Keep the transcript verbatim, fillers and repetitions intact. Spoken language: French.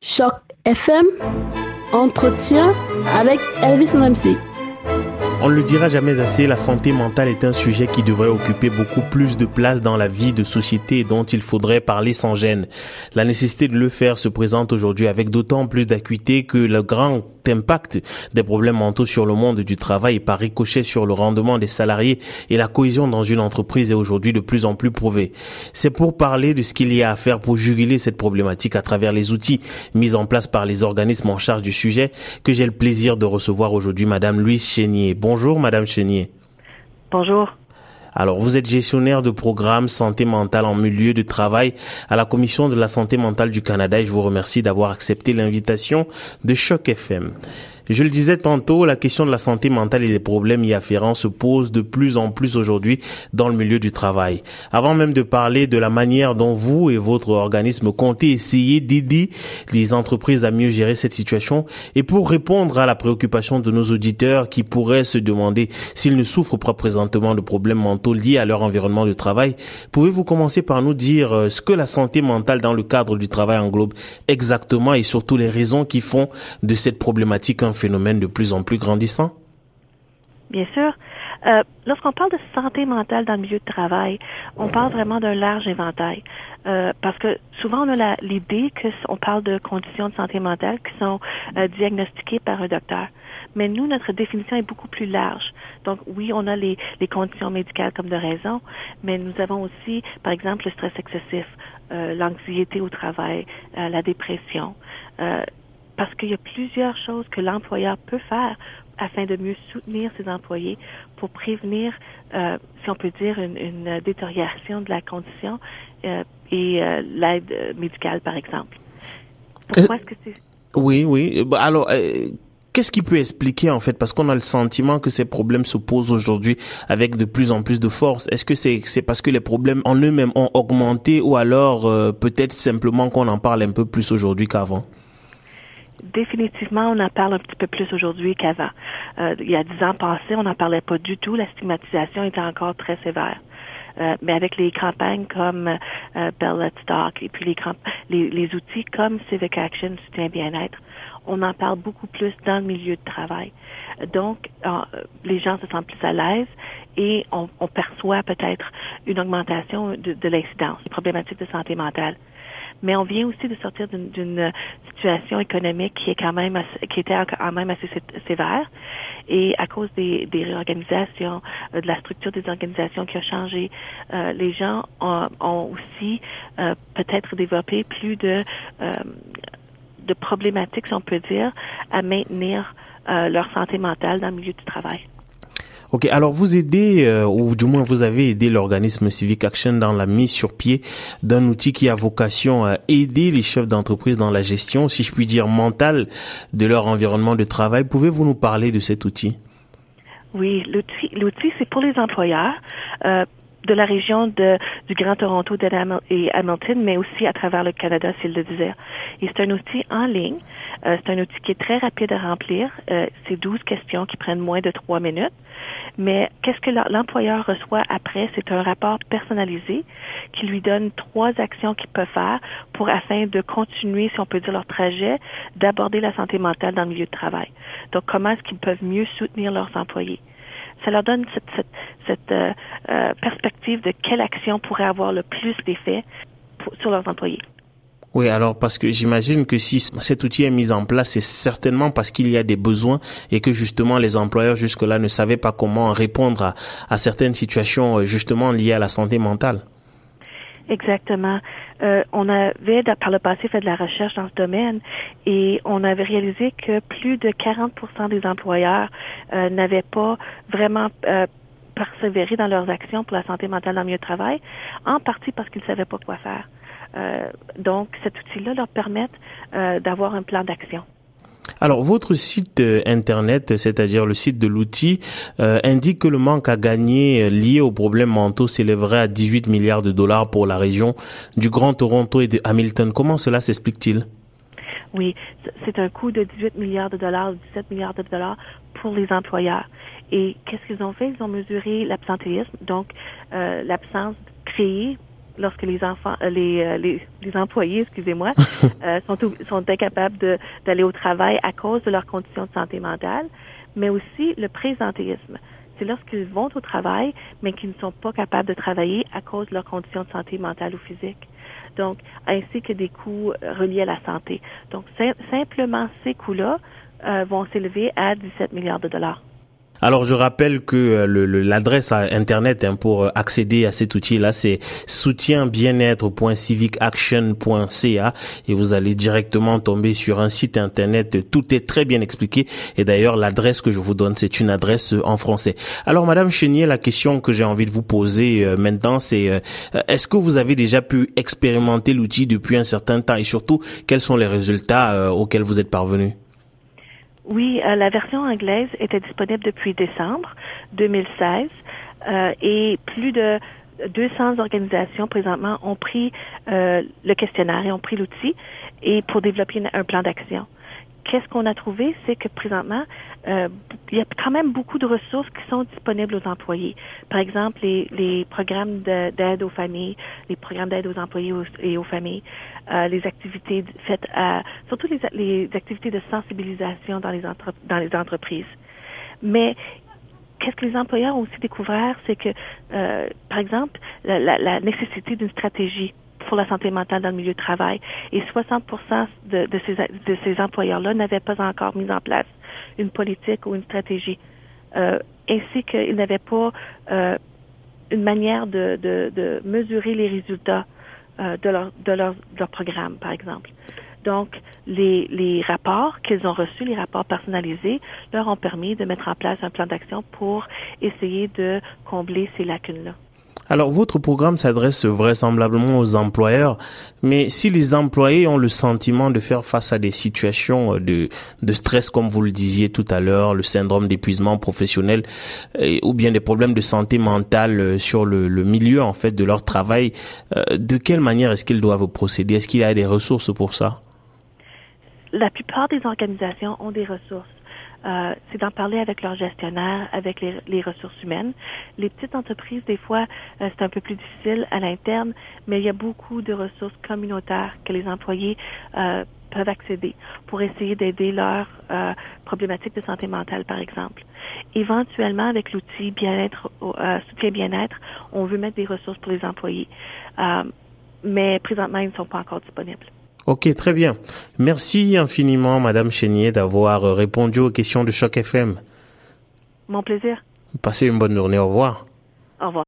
Choc F M, entretien avec Elvis Namsi. On ne le dira jamais assez, la santé mentale est un sujet qui devrait occuper beaucoup plus de place dans la vie de société et dont il faudrait parler sans gêne. La nécessité de le faire se présente aujourd'hui avec d'autant plus d'acuité que le grand impact des problèmes mentaux sur le monde du travail et par ricochet sur le rendement des salariés et la cohésion dans une entreprise est aujourd'hui de plus en plus prouvé. C'est pour parler de ce qu'il y a à faire pour juguler cette problématique à travers les outils mis en place par les organismes en charge du sujet que j'ai le plaisir de recevoir aujourd'hui Madame Louise Chénier. Bonjour Madame Chénier. Bonjour. Alors, vous êtes gestionnaire de programme santé mentale en milieu de travail à la Commission de la santé mentale du Canada et je vous remercie d'avoir accepté l'invitation de Choc F M. Je le disais tantôt, la question de la santé mentale et les problèmes y afférents se posent de plus en plus aujourd'hui dans le milieu du travail. Avant même de parler de la manière dont vous et votre organisme comptez essayer d'aider les entreprises à mieux gérer cette situation et pour répondre à la préoccupation de nos auditeurs qui pourraient se demander s'ils ne souffrent pas présentement de problèmes mentaux liés à leur environnement de travail, pouvez-vous commencer par nous dire ce que la santé mentale dans le cadre du travail englobe exactement et surtout les raisons qui font de cette problématique un phénomène de plus en plus grandissant? Bien sûr. Euh, lorsqu'on parle de santé mentale dans le milieu de travail, on parle vraiment d'un large éventail. Euh, parce que souvent, on a la, l'idée qu'on parle de conditions de santé mentale qui sont euh, diagnostiquées par un docteur. Mais nous, notre définition est beaucoup plus large. Donc, oui, on a les, les conditions médicales comme de raison, mais nous avons aussi, par exemple, le stress excessif, euh, l'anxiété au travail, euh, la dépression, euh, parce qu'il y a plusieurs choses que l'employeur peut faire afin de mieux soutenir ses employés pour prévenir, euh, si on peut dire, une, une détérioration de la condition euh, et euh, l'aide médicale, par exemple. Pourquoi est-ce que c'est... Oui, oui. Alors, euh, qu'est-ce qui peut expliquer, en fait, parce qu'on a le sentiment que ces problèmes se posent aujourd'hui avec de plus en plus de force. Est-ce que c'est, c'est parce que les problèmes en eux-mêmes ont augmenté ou alors euh, peut-être simplement qu'on en parle un peu plus aujourd'hui qu'avant? Définitivement, on en parle un petit peu plus aujourd'hui qu'avant. Euh, il y a dix ans passés, on n'en parlait pas du tout. La stigmatisation était encore très sévère. Euh, mais avec les campagnes comme euh, Bell Let's Talk et puis les, camp- les, les outils comme Civic Action, Soutien Bien-être, on en parle beaucoup plus dans le milieu de travail. Donc, euh, les gens se sentent plus à l'aise et on, on perçoit peut-être une augmentation de, de l'incidence, des problématiques de santé mentale. Mais on vient aussi de sortir d'une, d'une situation économique qui est quand même assez, qui était quand même assez sévère. Et à cause des, des réorganisations, euh, de la structure des organisations qui a changé, euh, les gens ont, ont aussi euh, peut-être développé plus de euh, de problématiques, si on peut dire, à maintenir euh, leur santé mentale dans le milieu du travail. Ok, alors vous aidez, euh, ou du moins vous avez aidé l'organisme Civic Action dans la mise sur pied d'un outil qui a vocation à aider les chefs d'entreprise dans la gestion, si je puis dire, mentale de leur environnement de travail. Pouvez-vous nous parler de cet outil? Oui, l'outil, l'outil c'est pour les employeurs euh, de la région de, du Grand Toronto et Hamilton, mais aussi à travers le Canada, s'ils le désirent. Et c'est un outil en ligne. Euh, c'est un outil qui est très rapide à remplir. Euh, c'est douze questions qui prennent moins de trois minutes. Mais qu'est-ce que l'employeur reçoit après? C'est un rapport personnalisé qui lui donne trois actions qu'ils peuvent faire pour afin de continuer, si on peut dire, leur trajet, d'aborder la santé mentale dans le milieu de travail. Donc, comment est-ce qu'ils peuvent mieux soutenir leurs employés? Ça leur donne cette, cette, cette euh, euh, perspective de quelle action pourrait avoir le plus d'effet pour, sur leurs employés. Oui, alors parce que j'imagine que si cet outil est mis en place, c'est certainement parce qu'il y a des besoins et que justement les employeurs jusque-là ne savaient pas comment répondre à, à certaines situations justement liées à la santé mentale. Exactement. Euh, on avait, par le passé, fait de la recherche dans ce domaine et on avait réalisé que plus de quarante pour cent des employeurs euh, n'avaient pas vraiment euh, persévéré dans leurs actions pour la santé mentale dans le milieu de travail, en partie parce qu'ils ne savaient pas quoi faire. Euh, donc, cet outil-là leur permet euh, d'avoir un plan d'action. Alors, votre site euh, Internet, c'est-à-dire le site de l'outil, euh, indique que le manque à gagner euh, lié aux problèmes mentaux s'élèverait à dix-huit milliards de dollars pour la région du Grand Toronto et de Hamilton. Comment cela s'explique-t-il? Oui, c'est un coût de dix-huit milliards de dollars, dix-sept milliards de dollars pour les employeurs. Et qu'est-ce qu'ils ont fait? Ils ont mesuré l'absentéisme, donc euh, l'absence créée lorsque les enfants, euh, les, euh, les les employés, excusez-moi, euh, sont sont incapables de d'aller au travail à cause de leurs conditions de santé mentale, mais aussi le présentéisme. C'est lorsqu'ils vont au travail, mais qu'ils ne sont pas capables de travailler à cause de leurs conditions de santé mentale ou physique. Donc, ainsi que des coûts reliés à la santé. Donc, sim- simplement ces coûts-là euh, vont s'élever à dix-sept milliards de dollars. Alors, je rappelle que le, le, l'adresse à Internet hein, pour accéder à cet outil-là, c'est soutien bien être point civic action point c a et vous allez directement tomber sur un site Internet. Tout est très bien expliqué et d'ailleurs, l'adresse que je vous donne, c'est une adresse en français. Alors, Madame Chénier, la question que j'ai envie de vous poser euh, maintenant, c'est euh, est-ce que vous avez déjà pu expérimenter l'outil depuis un certain temps et surtout, quels sont les résultats euh, auxquels vous êtes parvenus? Oui, euh, la version anglaise était disponible depuis décembre deux mille seize euh, et plus de deux cents organisations présentement ont pris euh, le questionnaire et ont pris l'outil et pour développer une, un plan d'action. Qu'est-ce qu'on a trouvé, c'est que présentement, euh, il y a quand même beaucoup de ressources qui sont disponibles aux employés. Par exemple, les, les programmes de, d'aide aux familles, les programmes d'aide aux employés et aux familles, euh, les activités faites à, surtout les, les activités de sensibilisation dans les, entre, dans les entreprises. Mais qu'est-ce que les employeurs ont aussi découvert, c'est que, euh, par exemple, la, la, la nécessité d'une stratégie pour la santé mentale dans le milieu de travail. Et soixante pour cent de, de ces, de ces employeurs-là n'avaient pas encore mis en place une politique ou une stratégie, euh, ainsi qu'ils n'avaient pas euh, une manière de, de, de mesurer les résultats euh, de, leur, de, leur, de leur programme, par exemple. Donc, les, les rapports qu'ils ont reçus, les rapports personnalisés, leur ont permis de mettre en place un plan d'action pour essayer de combler ces lacunes-là. Alors, votre programme s'adresse vraisemblablement aux employeurs, mais si les employés ont le sentiment de faire face à des situations de, de stress, comme vous le disiez tout à l'heure, le syndrome d'épuisement professionnel, euh, ou bien des problèmes de santé mentale sur le, le milieu, en fait, de leur travail, euh, de quelle manière est-ce qu'ils doivent procéder? Est-ce qu'il y a des ressources pour ça? La plupart des organisations ont des ressources. Euh, c'est d'en parler avec leurs gestionnaires, avec les, les ressources humaines. Les petites entreprises, des fois, euh, c'est un peu plus difficile à l'interne, mais il y a beaucoup de ressources communautaires que les employés euh, peuvent accéder pour essayer d'aider leurs euh, problématiques de santé mentale, par exemple. Éventuellement, avec l'outil bien-être, euh, soutien bien-être, on veut mettre des ressources pour les employés, euh, mais présentement, ils ne sont pas encore disponibles. Ok, très bien. Merci infiniment, Madame Chénier, d'avoir répondu aux questions de Choc F M. Mon plaisir. Passez une bonne journée. Au revoir. Au revoir.